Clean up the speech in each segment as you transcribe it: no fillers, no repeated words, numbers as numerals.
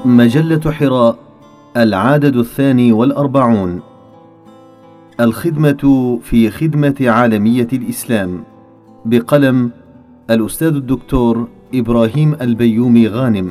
مجلة حراء، العدد 42، الخدمة في خدمة عالمية الإسلام، بقلم الأستاذ الدكتور إبراهيم البيومي غانم.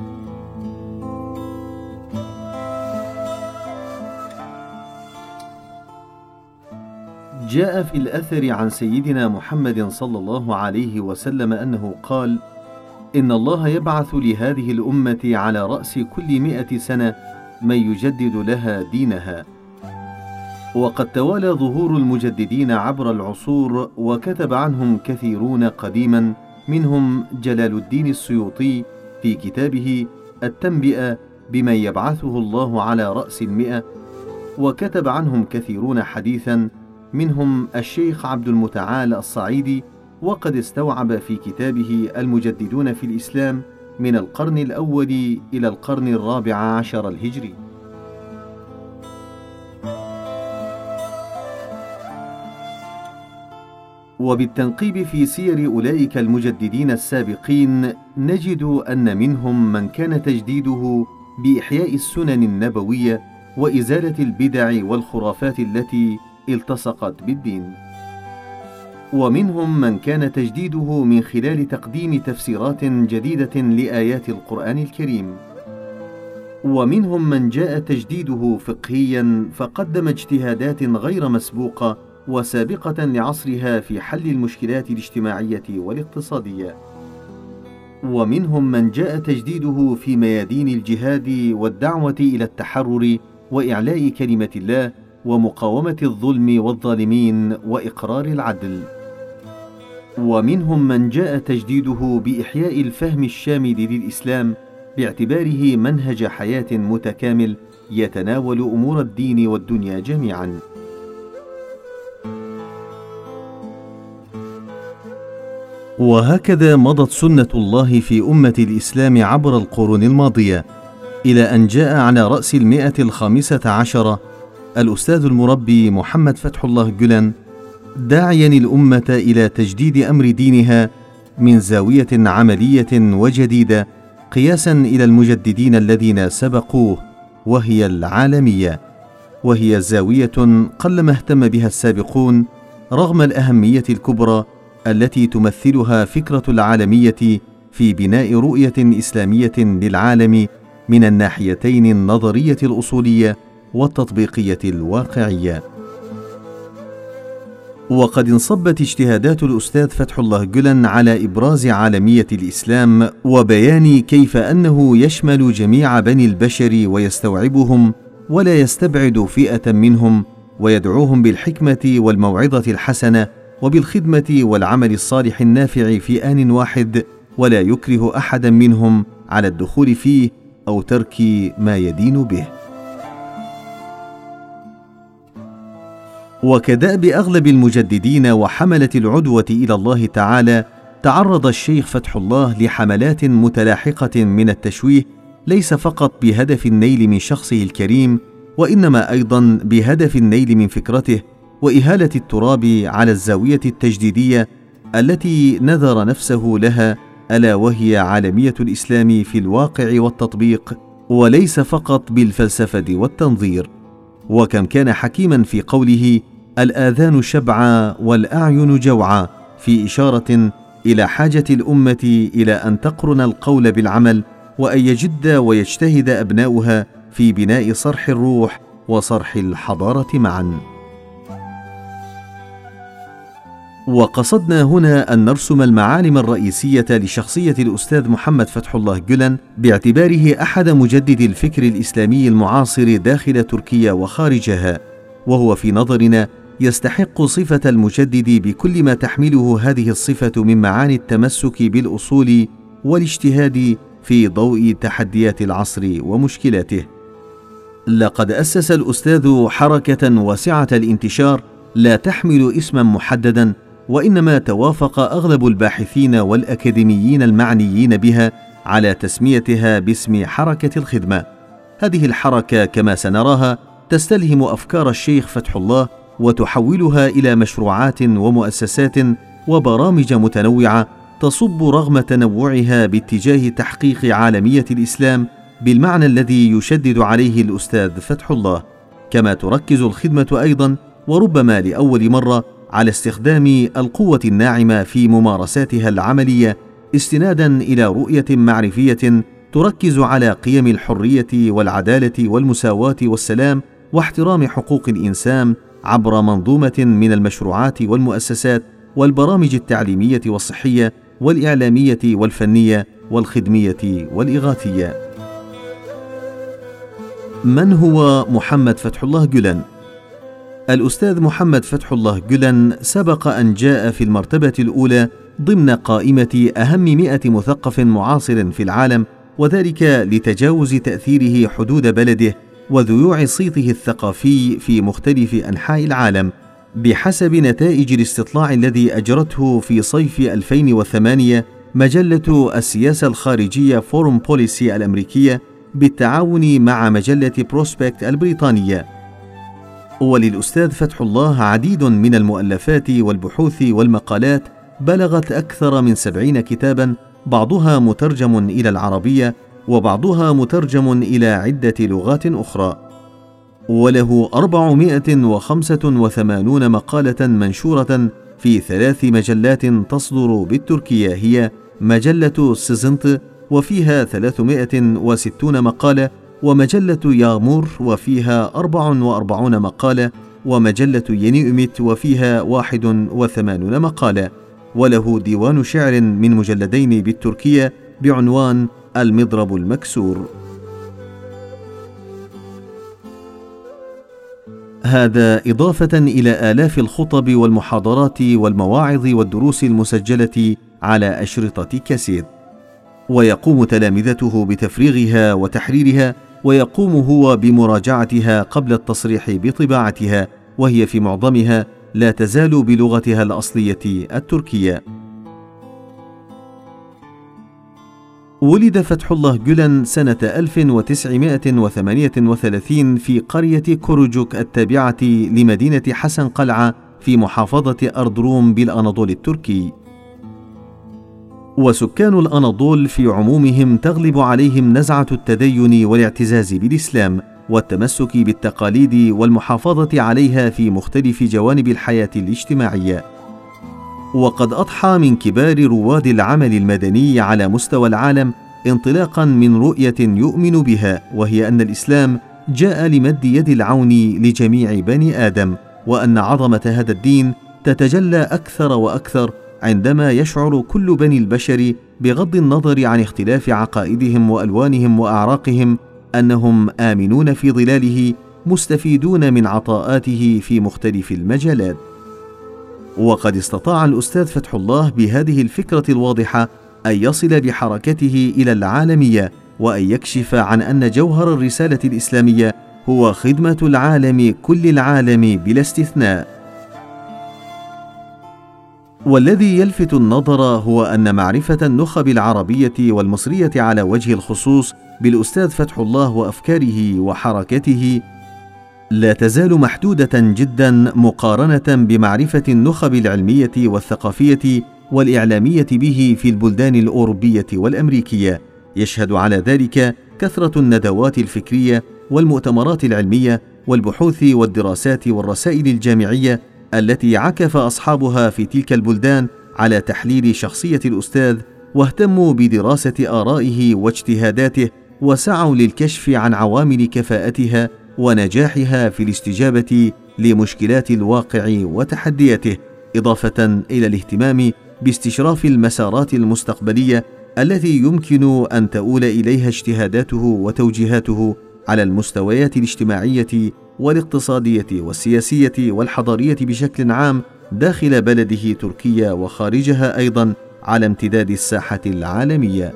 جاء في الأثر عن سيدنا محمد صلى الله عليه وسلم أنه قال: إن الله يبعث لهذه الأمة على رأس كل 100 سنة من يجدد لها دينها. وقد توالى ظهور المجددين عبر العصور، وكتب عنهم كثيرون قديما، منهم جلال الدين السيوطي في كتابه التنبئة بمن يبعثه الله على رأس 100، وكتب عنهم كثيرون حديثا، منهم الشيخ عبد المتعال الصعيدي، وقد استوعب في كتابه المجددون في الإسلام من القرن الأول إلى القرن 14 الهجري. وبالتنقيب في سير أولئك المجددين السابقين نجد أن منهم من كان تجديده بإحياء السنن النبوية وإزالة البدع والخرافات التي التصقت بالدين، ومنهم من كان تجديده من خلال تقديم تفسيرات جديدة لآيات القرآن الكريم، ومنهم من جاء تجديده فقهيا فقدم اجتهادات غير مسبوقة وسابقة لعصرها في حل المشكلات الاجتماعية والاقتصادية، ومنهم من جاء تجديده في ميادين الجهاد والدعوة إلى التحرر وإعلاء كلمة الله ومقاومة الظلم والظالمين وإقرار العدل، ومنهم من جاء تجديده بإحياء الفهم الشامل للإسلام باعتباره منهج حياة متكامل يتناول أمور الدين والدنيا جميعا. وهكذا مضت سنة الله في أمة الإسلام عبر القرون الماضية، إلى أن جاء على رأس 115 الأستاذ المربي محمد فتح الله جلان، داعيا الأمة إلى تجديد أمر دينها من زاوية عملية وجديدة، قياسا إلى المجددين الذين سبقوه، وهي العالمية، وهي زاوية قلما اهتم بها السابقون رغم الأهمية الكبرى التي تمثلها فكرة العالمية في بناء رؤية إسلامية للعالم من الناحيتين النظرية الأصولية والتطبيقية الواقعية. وقد انصبت اجتهادات الأستاذ فتح الله جلان على إبراز عالمية الإسلام وبيان كيف أنه يشمل جميع بني البشر ويستوعبهم ولا يستبعد فئة منهم، ويدعوهم بالحكمة والموعظة الحسنة وبالخدمة والعمل الصالح النافع في آن واحد، ولا يكره أحدا منهم على الدخول فيه أو ترك ما يدين به. وكدأب أغلب المجددين وحملة العدوة إلى الله تعالى، تعرض الشيخ فتح الله لحملات متلاحقة من التشويه، ليس فقط بهدف النيل من شخصه الكريم، وإنما أيضا بهدف النيل من فكرته وإهالة التراب على الزاوية التجديدية التي نذر نفسه لها، ألا وهي عالمية الإسلام في الواقع والتطبيق، وليس فقط بالفلسفة والتنظير. وكم كان حكيما في قوله: الآذان شبعا والأعين جوعا، في إشارة إلى حاجة الأمة إلى أن تقرن القول بالعمل، وأن يجد ويجتهد أبناؤها في بناء صرح الروح وصرح الحضارة معا. وقصدنا هنا أن نرسم المعالم الرئيسية لشخصية الأستاذ محمد فتح الله جلان باعتباره أحد مجدد الفكر الإسلامي المعاصر داخل تركيا وخارجها، وهو في نظرنا يستحق صفة المجدد بكل ما تحمله هذه الصفة من معاني التمسك بالأصول والاجتهاد في ضوء تحديات العصر ومشكلاته. لقد أسس الأستاذ حركة واسعة الانتشار لا تحمل اسما محددا، وإنما توافق أغلب الباحثين والأكاديميين المعنيين بها على تسميتها باسم حركة الخدمة. هذه الحركة كما سنراها تستلهم أفكار الشيخ فتح الله وتحولها إلى مشروعات ومؤسسات وبرامج متنوعة تصب رغم تنوعها باتجاه تحقيق عالمية الإسلام بالمعنى الذي يشدد عليه الأستاذ فتح الله. كما تركز الخدمة أيضا وربما لأول مرة على استخدام القوة الناعمة في ممارساتها العملية استنادا إلى رؤية معرفية تركز على قيم الحرية والعدالة والمساواة والسلام واحترام حقوق الإنسان عبر منظومة من المشروعات والمؤسسات والبرامج التعليمية والصحية والإعلامية والفنية والخدمية والإغاثية. من هو محمد فتح الله جولان؟ الأستاذ محمد فتح الله جولان سبق أن جاء في المرتبة الأولى ضمن قائمة أهم 100 مثقف معاصر في العالم، وذلك لتجاوز تأثيره حدود بلده وذيوع صيته الثقافي في مختلف أنحاء العالم. بحسب نتائج الاستطلاع الذي أجرته في صيف 2008 مجلة السياسة الخارجية فورم بوليسي الأمريكية بالتعاون مع مجلة بروسبكت البريطانية. وللأستاذ فتح الله عديد من المؤلفات والبحوث والمقالات بلغت أكثر من 70 كتابا، بعضها مترجم إلى العربية وبعضها مترجم إلى عدة لغات أخرى. وله 485 مقالة منشورة في 3 مجلات تصدر بالتركية، هي مجلة سيزنت وفيها 360 مقالة، ومجلة يامور وفيها 44 مقالة، ومجلة ينيؤمت وفيها 81 مقالة. وله ديوان شعر من مجلدين بالتركية بعنوان المضرب المكسور. هذا إضافة إلى آلاف الخطب والمحاضرات والمواعظ والدروس المسجلة على أشرطة كاسيت. ويقوم تلامذته بتفريغها وتحريرها، ويقوم هو بمراجعتها قبل التصريح بطباعتها، وهي في معظمها لا تزال بلغتها الأصلية التركية. ولد فتح الله جولان سنة 1938 في قرية كوروجوك التابعة لمدينة حسن قلعة في محافظة أردروم بالأناضول التركي. وسكان الأناضول في عمومهم تغلب عليهم نزعة التدين والاعتزاز بالإسلام والتمسك بالتقاليد والمحافظة عليها في مختلف جوانب الحياة الاجتماعية. وقد أضحى من كبار رواد العمل المدني على مستوى العالم انطلاقا من رؤية يؤمن بها، وهي أن الإسلام جاء لمد يد العون لجميع بني آدم، وأن عظمة هذا الدين تتجلى أكثر وأكثر عندما يشعر كل بني البشر بغض النظر عن اختلاف عقائدهم وألوانهم وأعراقهم أنهم آمنون في ظلاله مستفيدون من عطاءاته في مختلف المجالات. وقد استطاع الأستاذ فتح الله بهذه الفكرة الواضحة أن يصل بحركته إلى العالمية، وأن يكشف عن أن جوهر الرسالة الإسلامية هو خدمة العالم كل العالم بلا استثناء. والذي يلفت النظر هو أن معرفة النخب العربية والمصرية على وجه الخصوص بالأستاذ فتح الله وأفكاره وحركته لا تزال محدودة جدا مقارنة بمعرفة النخب العلمية والثقافية والإعلامية به في البلدان الأوروبية والأمريكية. يشهد على ذلك كثرة الندوات الفكرية والمؤتمرات العلمية والبحوث والدراسات والرسائل الجامعية التي عكف أصحابها في تلك البلدان على تحليل شخصية الأستاذ، واهتموا بدراسة آرائه واجتهاداته، وسعوا للكشف عن عوامل كفاءتها ونجاحها في الاستجابة لمشكلات الواقع وتحدياته، إضافة إلى الاهتمام باستشراف المسارات المستقبلية التي يمكن أن تؤول إليها اجتهاداته وتوجيهاته على المستويات الاجتماعية والاقتصادية والسياسية والحضارية بشكل عام داخل بلده تركيا وخارجها أيضا على امتداد الساحة العالمية.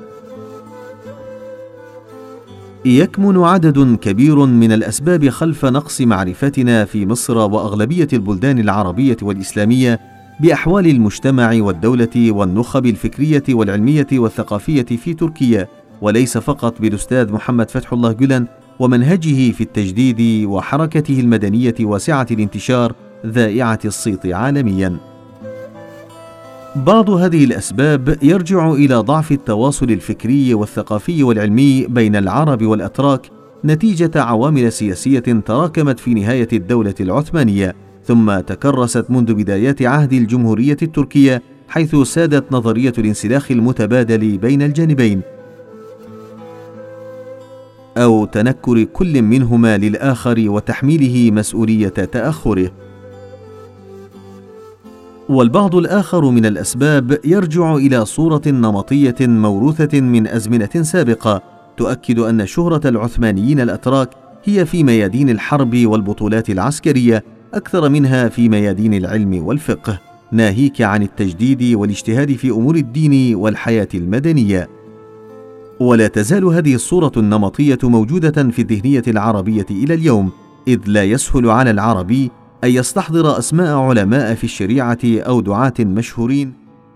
يكمن عدد كبير من الأسباب خلف نقص معرفتنا في مصر وأغلبية البلدان العربية والإسلامية بأحوال المجتمع والدولة والنخب الفكرية والعلمية والثقافية في تركيا، وليس فقط بالأستاذ محمد فتح الله جولان ومنهجه في التجديد وحركته المدنية واسعة الانتشار ذائعة الصيت عالميا. بعض هذه الأسباب يرجع إلى ضعف التواصل الفكري والثقافي والعلمي بين العرب والأتراك نتيجة عوامل سياسية تراكمت في نهاية الدولة العثمانية، ثم تكرست منذ بدايات عهد الجمهورية التركية، حيث سادت نظرية الانسلاخ المتبادل بين الجانبين أو تنكر كل منهما للآخر وتحميله مسؤولية تأخره. والبعض الآخر من الأسباب يرجع إلى صورة نمطية موروثة من أزمنة سابقة تؤكد أن شهرة العثمانيين الأتراك هي في ميادين الحرب والبطولات العسكرية أكثر منها في ميادين العلم والفقه، ناهيك عن التجديد والاجتهاد في أمور الدين والحياة المدنية. ولا تزال هذه الصورة النمطية موجودة في الذهنية العربية إلى اليوم، إذ لا يسهل على العربي أن يستحضر أسماء علماء في الشريعة أو دعاة مشهورين،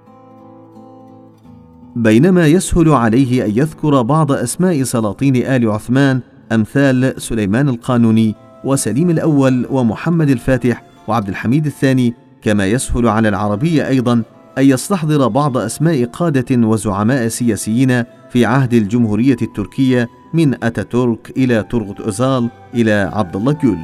بينما يسهل عليه أن يذكر بعض أسماء سلاطين آل عثمان أمثال سليمان القانوني وسليم الأول ومحمد الفاتح وعبد الحميد الثاني، كما يسهل على العربي أيضا أن يستحضر بعض أسماء قادة وزعماء سياسيين في عهد الجمهورية التركية من أتاتورك إلى تورغوت أوزال إلى عبد الله جول.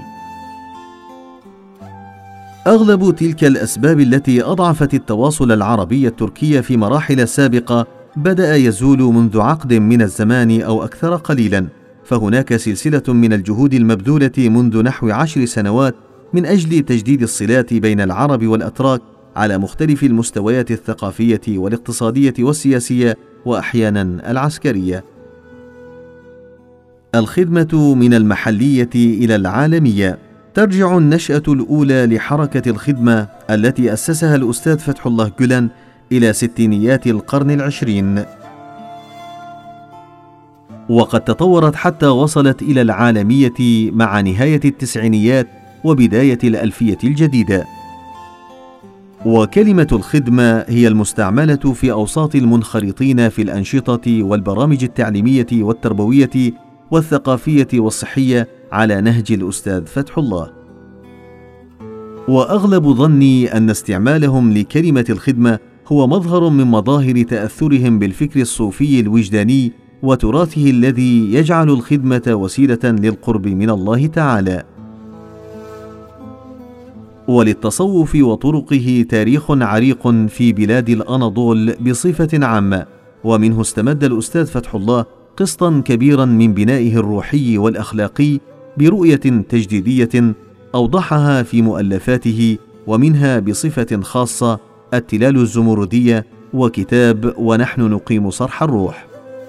أغلب تلك الأسباب التي أضعفت التواصل العربي التركي في مراحل سابقة بدأ يزول منذ عقد من الزمان أو أكثر قليلا، فهناك سلسلة من الجهود المبذولة منذ نحو 10 سنوات من أجل تجديد الصلات بين العرب والأتراك على مختلف المستويات الثقافية والاقتصادية والسياسية وأحيانا العسكرية. الخدمة من المحلية إلى العالمية. ترجع النشأة الأولى لحركة الخدمة التي أسسها الأستاذ فتح الله جولان إلى ستينيات القرن العشرين، وقد تطورت حتى وصلت إلى العالمية مع نهاية التسعينيات وبداية الألفية الجديدة. وكلمة الخدمة هي المستعملة في أوساط المنخرطين في الأنشطة والبرامج التعليمية والتربوية والثقافية والصحية على نهج الأستاذ فتح الله. وأغلب ظني أن استعمالهم لكلمة الخدمة هو مظهر من مظاهر تأثرهم بالفكر الصوفي الوجداني وتراثه الذي يجعل الخدمة وسيلة للقرب من الله تعالى. وللتصوف وطرقه تاريخ عريق في بلاد الأناضول بصفة عامة، ومنه استمد الأستاذ فتح الله قسطا كبيرا من بنائه الروحي والأخلاقي برؤية تجديدية أوضحها في مؤلفاته، ومنها بصفة خاصة التلال الزمردية وكتاب ونحن نقيم صرح الروح.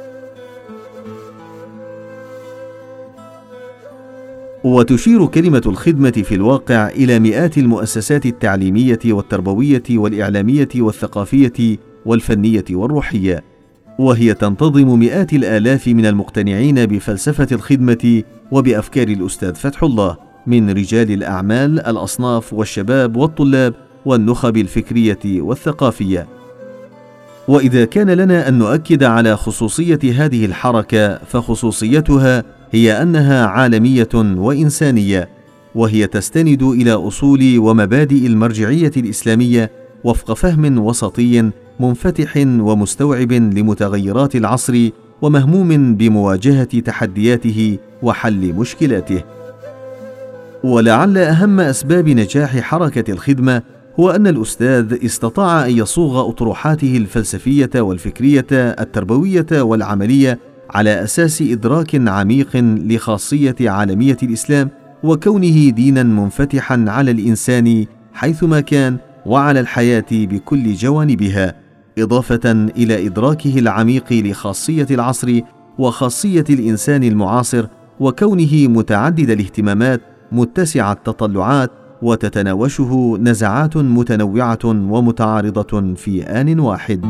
وتشير كلمة الخدمة في الواقع إلى مئات المؤسسات التعليمية والتربوية والإعلامية والثقافية والفنية والروحية، وهي تنتظم مئات الآلاف من المقتنعين بفلسفة الخدمة وبأفكار الأستاذ فتح الله من رجال الأعمال، الأصناف والشباب والطلاب والنخب الفكرية والثقافية. وإذا كان لنا أن نؤكد على خصوصية هذه الحركة، فخصوصيتها هي أنها عالمية وإنسانية، وهي تستند إلى أصول ومبادئ المرجعية الإسلامية وفق فهم وسطي منفتح ومستوعب لمتغيرات العصر ومهموم بمواجهة تحدياته وحل مشكلاته. ولعل أهم أسباب نجاح حركة الخدمة هو أن الأستاذ استطاع أن يصوغ أطروحاته الفلسفية والفكرية التربوية والعملية على أساس إدراك عميق لخاصية عالمية الإسلام وكونه دينا منفتحا على الإنسان حيثما كان وعلى الحياة بكل جوانبها، إضافة إلى إدراكه العميق لخاصية العصر وخاصية الإنسان المعاصر، وكونه متعدد الاهتمامات متسع التطلعات وتتناوشه نزعات متنوعة ومتعارضة في آن واحد.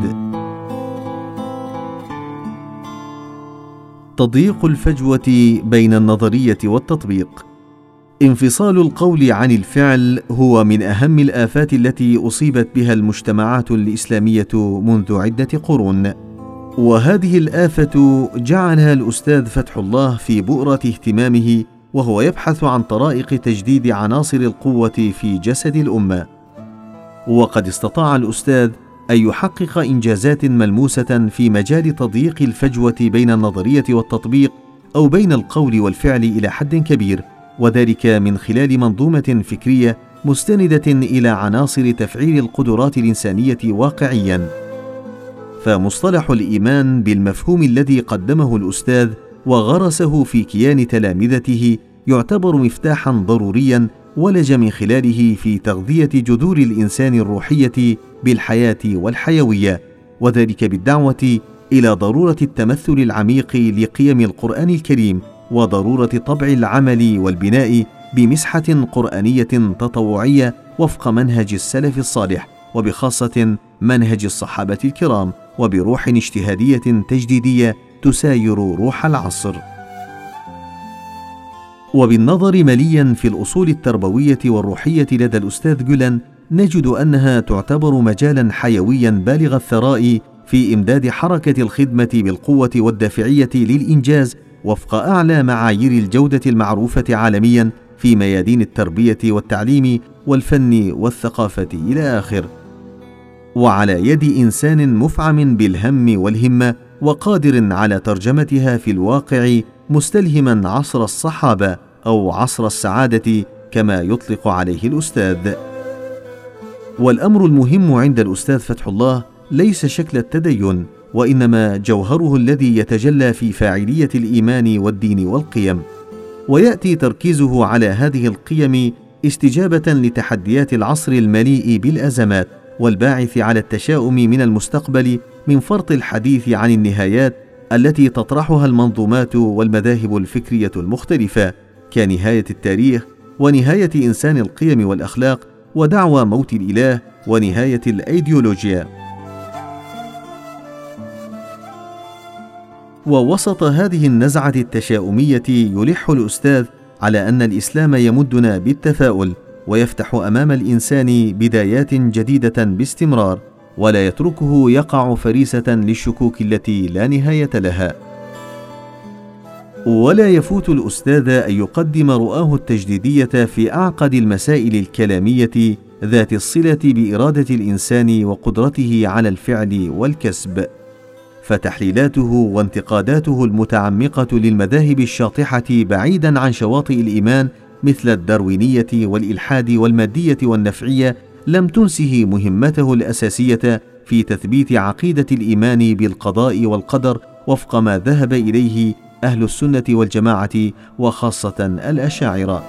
تضييق الفجوة بين النظرية والتطبيق. انفصال القول عن الفعل هو من أهم الآفات التي أصيبت بها المجتمعات الإسلامية منذ عدة قرون، وهذه الآفة جعلها الأستاذ فتح الله في بؤرة اهتمامه، وهو يبحث عن طرائق تجديد عناصر القوة في جسد الأمة. وقد استطاع الأستاذ أن يحقق إنجازات ملموسة في مجال تضييق الفجوة بين النظرية والتطبيق، أو بين القول والفعل إلى حد كبير، وذلك من خلال منظومة فكرية مستندة إلى عناصر تفعيل القدرات الإنسانية واقعياً. فمصطلح الإيمان بالمفهوم الذي قدمه الأستاذ وغرسه في كيان تلامذته يعتبر مفتاحاً ضرورياً ولج من خلاله في تغذية جذور الإنسان الروحية بالحياة والحيوية، وذلك بالدعوة إلى ضرورة التمثل العميق لقيم القرآن الكريم، وضرورة طبع العمل والبناء بمسحة قرآنية تطوعية وفق منهج السلف الصالح، وبخاصة منهج الصحابة الكرام، وبروح اجتهادية تجديدية تساير روح العصر. وبالنظر مليا في الأصول التربوية والروحية لدى الأستاذ جولان، نجد أنها تعتبر مجالا حيويا بالغ الثراء في إمداد حركة الخدمة بالقوة والدافعية للإنجاز وفق أعلى معايير الجودة المعروفة عالميا في ميادين التربية والتعليم والفن والثقافة إلى آخر، وعلى يد إنسان مفعم بالهم والهمة وقادر على ترجمتها في الواقع، مستلهما عصر الصحابة أو عصر السعادة كما يطلق عليه الأستاذ. والأمر المهم عند الأستاذ فتح الله ليس شكل التدين، وإنما جوهره الذي يتجلى في فاعلية الإيمان والدين والقيم، ويأتي تركيزه على هذه القيم استجابة لتحديات العصر المليء بالأزمات والباعث على التشاؤم من المستقبل، من فرط الحديث عن النهايات التي تطرحها المنظومات والمذاهب الفكرية المختلفة كنهاية التاريخ، ونهاية إنسان القيم والأخلاق، ودعوى موت الإله، ونهاية الأيديولوجيا. ووسط هذه النزعة التشاؤمية يلح الأستاذ على أن الإسلام يمدنا بالتفاؤل، ويفتح أمام الإنسان بدايات جديدة باستمرار، ولا يتركه يقع فريسة للشكوك التي لا نهاية لها. ولا يفوت الأستاذ أن يقدم رؤاه التجديدية في أعقد المسائل الكلامية ذات الصلة بإرادة الإنسان وقدرته على الفعل والكسب، فتحليلاته وانتقاداته المتعمقة للمذاهب الشاطحة بعيدا عن شواطئ الإيمان مثل الداروينية والإلحاد والمادية والنفعية لم تنسه مهمته الأساسية في تثبيت عقيدة الإيمان بالقضاء والقدر وفق ما ذهب إليه أهل السنة والجماعة وخاصة الأشاعرة.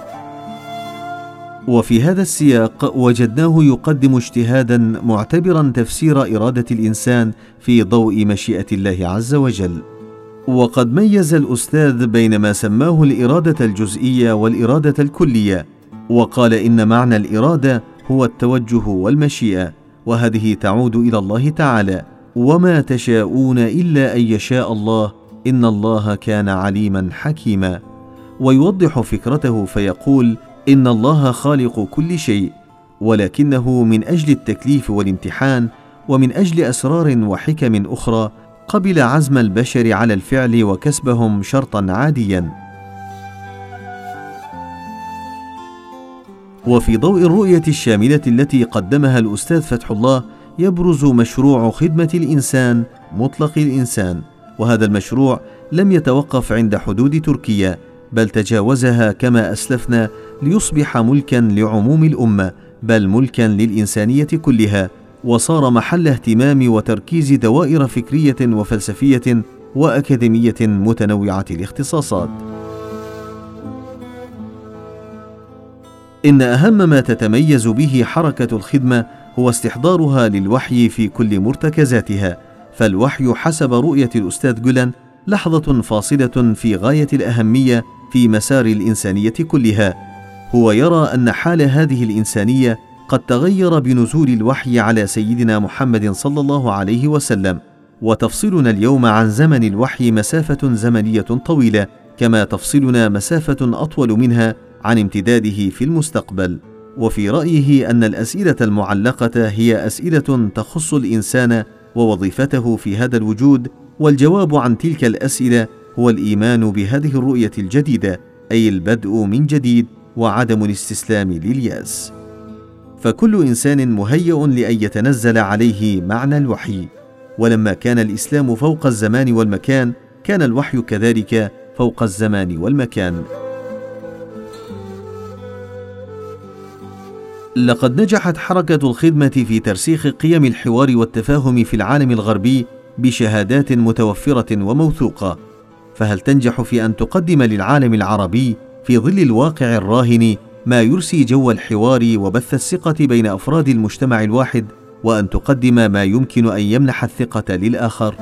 وفي هذا السياق وجدناه يقدم اجتهادا معتبرا تفسير إرادة الإنسان في ضوء مشيئة الله عز وجل. وقد ميز الأستاذ بين ما سماه الإرادة الجزئية والإرادة الكلية، وقال إن معنى الإرادة هو التوجه والمشيئة، وهذه تعود إلى الله تعالى: وما تشاءون إلا أن يشاء الله إن الله كان عليما حكيما. ويوضح فكرته فيقول: إن الله خالق كل شيء، ولكنه من أجل التكليف والامتحان ومن أجل أسرار وحكم أخرى قبل عزم البشر على الفعل وكسبهم شرطا عاديا. وفي ضوء الرؤية الشاملة التي قدمها الأستاذ فتح الله يبرز مشروع خدمة الإنسان مطلق الإنسان، وهذا المشروع لم يتوقف عند حدود تركيا، بل تجاوزها كما أسلفنا ليصبح ملكا لعموم الأمة، بل ملكا للإنسانية كلها، وصار محل اهتمام وتركيز دوائر فكرية وفلسفية وأكاديمية متنوعة الاختصاصات. إن أهم ما تتميز به حركة الخدمة هو استحضارها للوحي في كل مرتكزاتها، فالوحي حسب رؤية الأستاذ جولان لحظة فاصلة في غاية الأهمية في مسار الإنسانية كلها. هو يرى أن حال هذه الإنسانية قد تغير بنزول الوحي على سيدنا محمد صلى الله عليه وسلم، وتفصلنا اليوم عن زمن الوحي مسافة زمنية طويلة، كما تفصلنا مسافة أطول منها عن امتداده في المستقبل. وفي رأيه أن الأسئلة المعلقة هي أسئلة تخص الإنسان ووظيفته في هذا الوجود، والجواب عن تلك الأسئلة هو الإيمان بهذه الرؤية الجديدة، أي البدء من جديد وعدم الاستسلام لليأس. فكل إنسان مهيأ لأن يتنزل عليه معنى الوحي، ولما كان الإسلام فوق الزمان والمكان كان الوحي كذلك فوق الزمان والمكان. لقد نجحت حركة الخدمة في ترسيخ قيم الحوار والتفاهم في العالم الغربي بشهادات متوفرة وموثوقة، فهل تنجح في أن تقدم للعالم العربي في ظل الواقع الراهن ما يرسي جو الحوار وبث الثقة بين أفراد المجتمع الواحد، وأن تقدم ما يمكن أن يمنح الثقة للآخر؟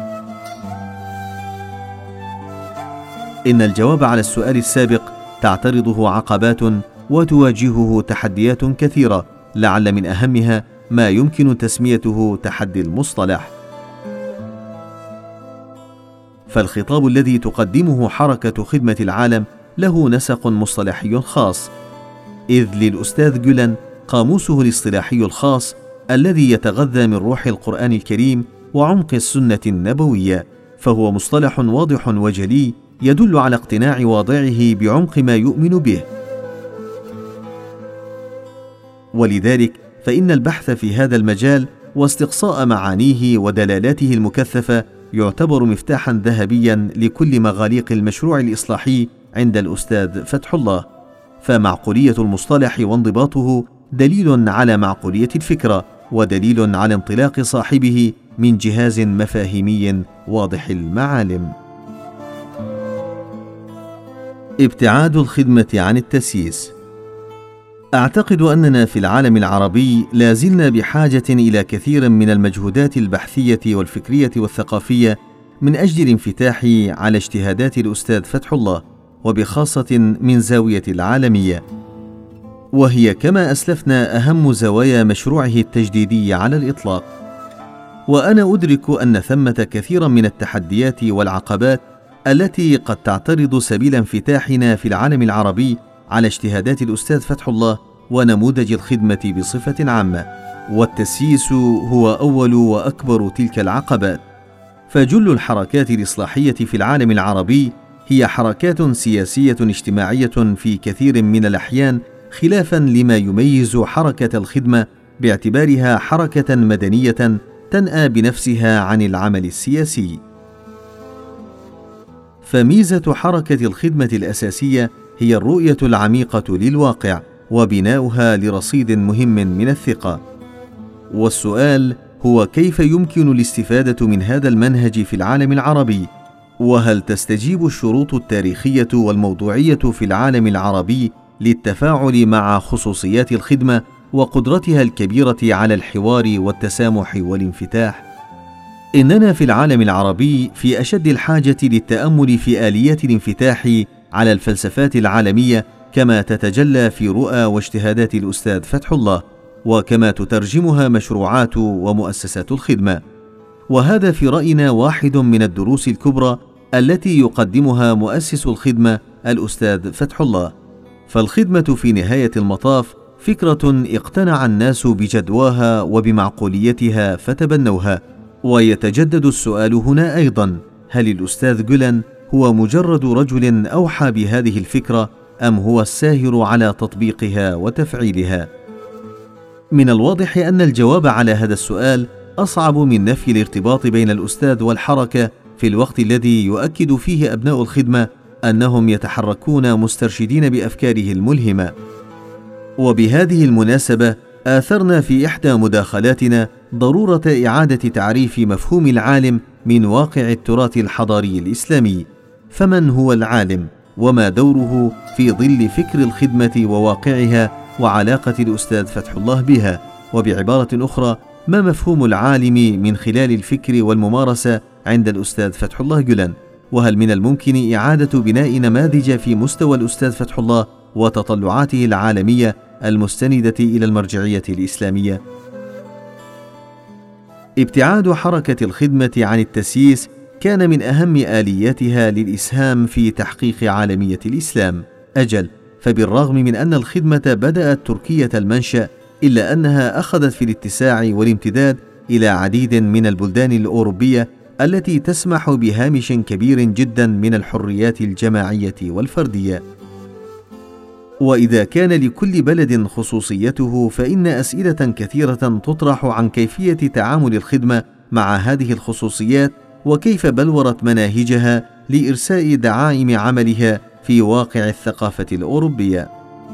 إن الجواب على السؤال السابق تعترضه عقبات وتواجهه تحديات كثيرة، لعل من أهمها ما يمكن تسميته تحدي المصطلح. فالخطاب الذي تقدمه حركة خدمة العالم له نسق مصطلحي خاص، إذ للأستاذ جولان قاموسه الاصطلاحي الخاص الذي يتغذى من روح القرآن الكريم وعمق السنة النبوية، فهو مصطلح واضح وجلي يدل على اقتناع واضعه بعمق ما يؤمن به. ولذلك فإن البحث في هذا المجال واستقصاء معانيه ودلالاته المكثفة يعتبر مفتاحا ذهبيا لكل مغاليق المشروع الإصلاحي عند الأستاذ فتح الله، فمعقولية المصطلح وانضباطه دليل على معقولية الفكرة، ودليل على انطلاق صاحبه من جهاز مفاهيمي واضح المعالم. ابتعاد الخدمة عن التسييس. أعتقد أننا في العالم العربي لازلنا بحاجة إلى كثير من المجهودات البحثية والفكرية والثقافية من أجل الانفتاح على اجتهادات الأستاذ فتح الله، وبخاصة من زاوية العالمية، وهي كما أسلفنا أهم زوايا مشروعه التجديدي على الإطلاق. وأنا أدرك أن ثمة كثيرا من التحديات والعقبات التي قد تعترض سبيل انفتاحنا في العالم العربي على اجتهادات الأستاذ فتح الله ونموذج الخدمة بصفة عامة، والتسييس هو أول وأكبر تلك العقبات. فجل الحركات الإصلاحية في العالم العربي هي حركات سياسية اجتماعية في كثير من الأحيان، خلافا لما يميز حركة الخدمة باعتبارها حركة مدنية تنأى بنفسها عن العمل السياسي. فميزة حركة الخدمة الأساسية هي الرؤية العميقة للواقع وبناؤها لرصيد مهم من الثقة. والسؤال هو كيف يمكن الاستفادة من هذا المنهج في العالم العربي؟ وهل تستجيب الشروط التاريخية والموضوعية في العالم العربي للتفاعل مع خصوصيات الخدمة وقدرتها الكبيرة على الحوار والتسامح والانفتاح؟ إننا في العالم العربي في أشد الحاجة للتأمل في آليات الانفتاح على الفلسفات العالمية كما تتجلى في رؤى واجتهادات الأستاذ فتح الله، وكما تترجمها مشروعات ومؤسسات الخدمة. وهذا في رأينا واحد من الدروس الكبرى التي يقدمها مؤسس الخدمة الأستاذ فتح الله. فالخدمة في نهاية المطاف فكرة اقتنع الناس بجدواها وبمعقوليتها فتبنوها. ويتجدد السؤال هنا أيضا: هل الأستاذ جولان هو مجرد رجل أوحى بهذه الفكرة، أم هو الساهر على تطبيقها وتفعيلها؟ من الواضح أن الجواب على هذا السؤال أصعب من نفي الارتباط بين الأستاذ والحركة في الوقت الذي يؤكد فيه أبناء الخدمة أنهم يتحركون مسترشدين بأفكاره الملهمة. وبهذه المناسبة آثرنا في إحدى مداخلاتنا ضرورة إعادة تعريف مفهوم العالم من واقع التراث الحضاري الإسلامي. فمن هو العالم؟ وما دوره في ظل فكر الخدمة وواقعها وعلاقة الأستاذ فتح الله بها؟ وبعبارة أخرى، ما مفهوم العالم من خلال الفكر والممارسة عند الأستاذ فتح الله جولان؟ وهل من الممكن إعادة بناء نماذج في مستوى الأستاذ فتح الله وتطلعاته العالمية المستندة إلى المرجعية الإسلامية؟ ابتعاد حركة الخدمة عن التسييس كان من أهم آلياتها للإسهام في تحقيق عالمية الإسلام. أجل، فبالرغم من أن الخدمة بدأت تركية المنشأ، إلا أنها أخذت في الاتساع والامتداد إلى عديد من البلدان الأوروبية التي تسمح بهامش كبير جدا من الحريات الجماعية والفردية. وإذا كان لكل بلد خصوصيته، فإن أسئلة كثيرة تطرح عن كيفية تعامل الخدمة مع هذه الخصوصيات، وكيف بلورت مناهجها لإرساء دعائم عملها في واقع الثقافة الأوروبية.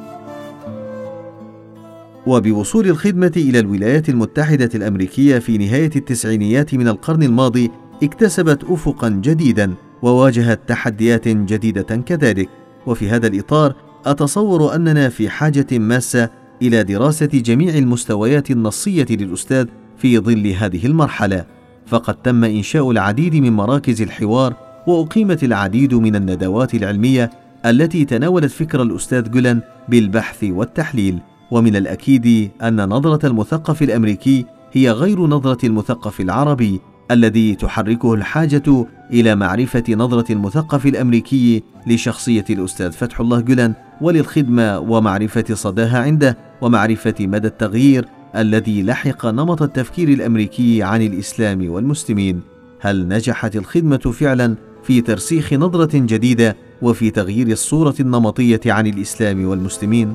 وبوصول الخدمة إلى الولايات المتحدة الأمريكية في نهاية التسعينيات من القرن الماضي، اكتسبت أفقا جديدا وواجهت تحديات جديدة كذلك. وفي هذا الإطار أتصور أننا في حاجة ماسة إلى دراسة جميع المستويات النصية للأستاذ في ظل هذه المرحلة، فقد تم إنشاء العديد من مراكز الحوار، وأقيمت العديد من الندوات العلمية التي تناولت فكر الأستاذ جولان بالبحث والتحليل. ومن الأكيد أن نظرة المثقف الأمريكي هي غير نظرة المثقف العربي، الذي تحركه الحاجة إلى معرفة نظرة المثقف الأمريكي لشخصية الأستاذ فتح الله جولان وللخدمة، ومعرفة صداها عنده، ومعرفة مدى التغيير الذي لحق نمط التفكير الأمريكي عن الإسلام والمسلمين. هل نجحت الخدمة فعلا في ترسيخ نظرة جديدة وفي تغيير الصورة النمطية عن الإسلام والمسلمين؟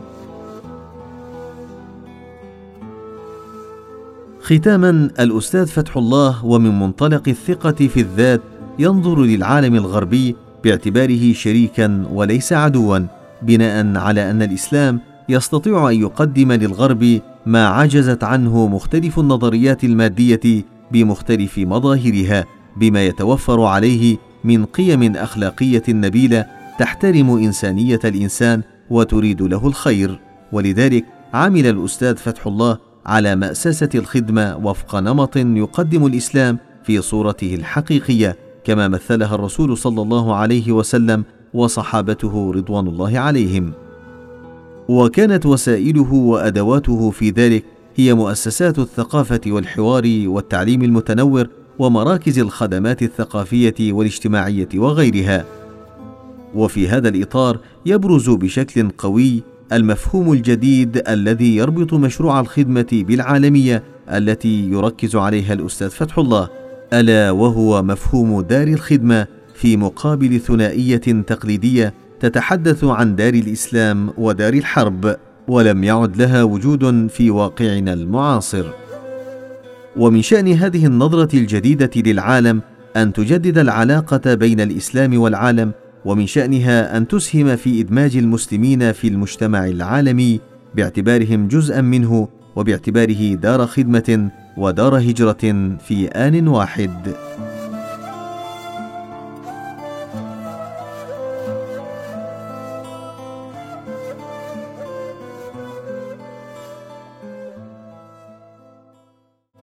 ختاما، الأستاذ فتح الله ومن منطلق الثقة في الذات ينظر للعالم الغربي باعتباره شريكا وليس عدوا، بناء على أن الإسلام يستطيع أن يقدم للغرب ما عجزت عنه مختلف النظريات المادية بمختلف مظاهرها، بما يتوفر عليه من قيم أخلاقية نبيلة تحترم إنسانية الإنسان وتريد له الخير. ولذلك عمل الأستاذ فتح الله على مأسسة الخدمة وفق نمط يقدم الإسلام في صورته الحقيقية، كما مثلها الرسول صلى الله عليه وسلم وصحابته رضوان الله عليهم. وكانت وسائله وأدواته في ذلك هي مؤسسات الثقافة والحوار والتعليم المتنور، ومراكز الخدمات الثقافية والاجتماعية وغيرها. وفي هذا الإطار يبرز بشكل قوي المفهوم الجديد الذي يربط مشروع الخدمة بالعالمية التي يركز عليها الأستاذ فتح الله، ألا وهو مفهوم دار الخدمة في مقابل ثنائية تقليدية تتحدث عن دار الإسلام ودار الحرب، ولم يعد لها وجود في واقعنا المعاصر. ومن شأن هذه النظرة الجديدة للعالم أن تجدد العلاقة بين الإسلام والعالم، ومن شأنها أن تسهم في إدماج المسلمين في المجتمع العالمي باعتبارهم جزءا منه، وباعتباره دار خدمة ودار هجرة في آن واحد.